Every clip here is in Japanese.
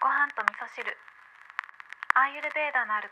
ご飯と味噌汁、アーユルベーダのある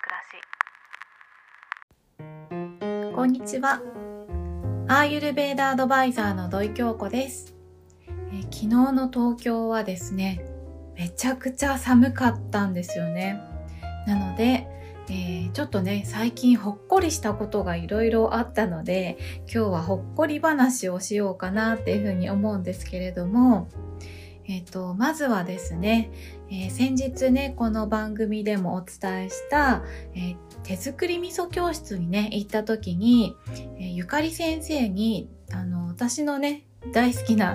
暮らし。 こんにちは。アーユルベーダアドバイザーの土井京子です。昨日の東京はですね、めちゃくちゃ寒かったんですよね。なので、ちょっとね、最近ほっこりしたことがいろいろあったので、今日はほっこり話をしようかなっていうふうに思うんですけれども、まずはですね、先日ね、この番組でもお伝えした、手作り味噌教室にね、行った時に、ゆかり先生に、私のね、大好きな、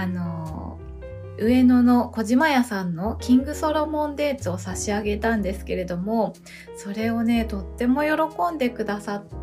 上野の小島屋さんのキングソロモンデーツを差し上げたんですけれども、それをね、とっても喜んでくださって、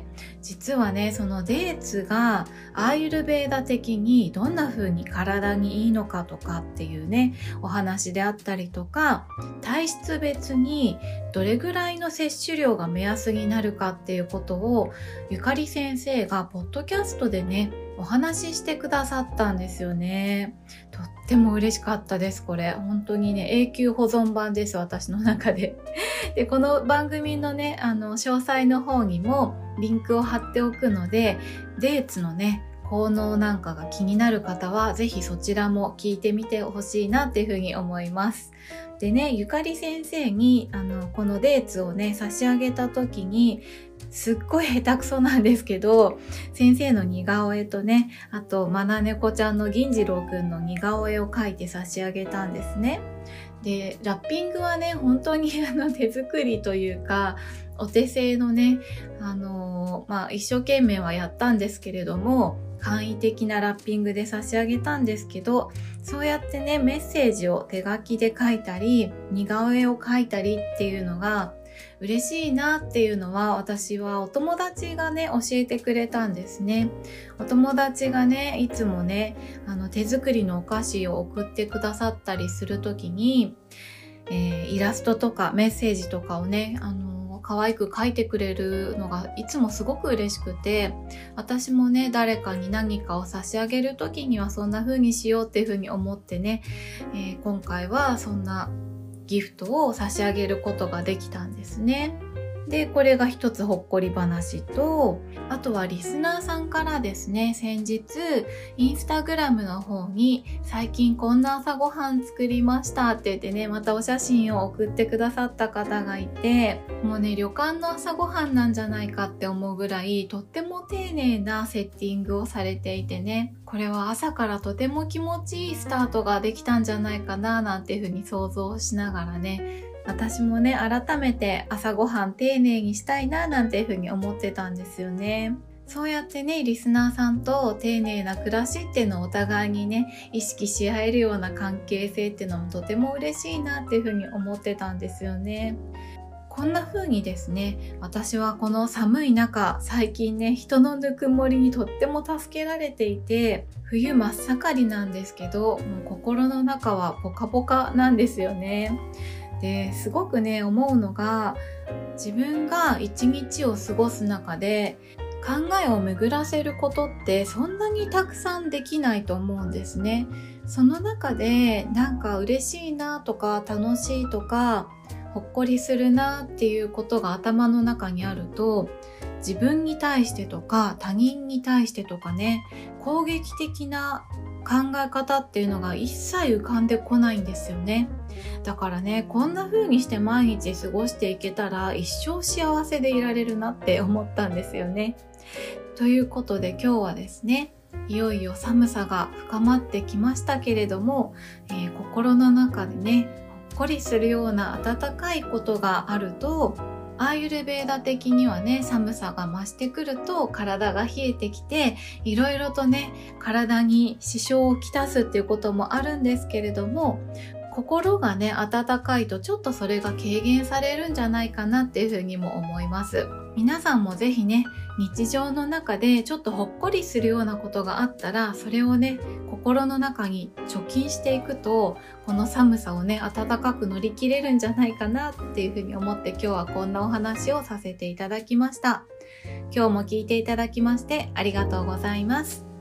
実はね、そのデーツがアーユルベーダ的にどんな風に体にいいのかとかっていうね、お話であったりとか、体質別にどれぐらいの摂取量が目安になるかっていうことを、ゆかり先生がポッドキャストでね、お話ししてくださったんですよね。とっても嬉しかったです、これ。本当にね、永久保存版です、私の中で。で、この番組のね、詳細の方にもリンクを貼っておくので、デーツのね、効能なんかが気になる方は、ぜひそちらも聞いてみてほしいなっていうふうに思います。でね、ゆかり先生に、このデーツをね、差し上げた時に、すっごい下手くそなんですけど、先生の似顔絵とね、あとマナネコちゃんの銀次郎くんの似顔絵を描いて差し上げたんですね。で、ラッピングはね、本当に手作りというか、お手製のね、一生懸命はやったんですけれども、簡易的なラッピングで差し上げたんですけど、そうやってね、メッセージを手書きで書いたり、似顔絵を描いたりっていうのが嬉しいなっていうのは、私はお友達がね、教えてくれたんですね。お友達がね、いつもね、手作りのお菓子を送ってくださったりするときに、イラストとかメッセージとかをね、可愛く描いてくれるのがいつもすごく嬉しくて、私もね、誰かに何かを差し上げるときにはそんな風にしようっていう風に思ってね、今回はそんなギフトを差し上げることができたんですね。で、これが一つほっこり話と、あとはリスナーさんからですね、先日インスタグラムの方に最近こんな朝ごはん作りましたって言ってね、またお写真を送ってくださった方がいて、もうね、旅館の朝ごはんなんじゃないかって思うぐらいとっても丁寧なセッティングをされていてね、これは朝からとても気持ちいいスタートができたんじゃないかななんていうふうに想像しながらね、私もね、改めて朝ごはん丁寧にしたいななんていうふうに思ってたんですよね。そうやってね、リスナーさんと丁寧な暮らしっていうのをお互いにね、意識し合えるような関係性っていうのもとても嬉しいなっていうふうに思ってたんですよね。こんな風にですね、私はこの寒い中、最近ね、人のぬくもりにとっても助けられていて、冬真っ盛りなんですけど、もう心の中はポカポカなんですよね。ですごくね、思うのが、自分が一日を過ごす中で考えを巡らせることってそんなにたくさんできないと思うんですね。その中でなんか嬉しいなとか楽しいとかほっこりするなっていうことが頭の中にあると、自分に対してとか他人に対してとかね、攻撃的な考え方っていうのが一切浮かんでこないんですよね。だからね、こんな風にして毎日過ごしていけたら一生幸せでいられるなって思ったんですよね。ということで今日はですね、いよいよ寒さが深まってきましたけれども、心の中でね、ほっこりするような温かいことがあると、アーユルベーダ的にはね、寒さが増してくると体が冷えてきて、いろいろとね、体に支障をきたすっていうこともあるんですけれども、心がね、温かいとちょっとそれが軽減されるんじゃないかなっていうふうにも思います。皆さんもぜひね、日常の中でちょっとほっこりするようなことがあったら、それをね、心の中に貯金していくと、この寒さをね、暖かく乗り切れるんじゃないかなっていうふうに思って、今日はこんなお話をさせていただきました。今日も聞いていただきましてありがとうございます。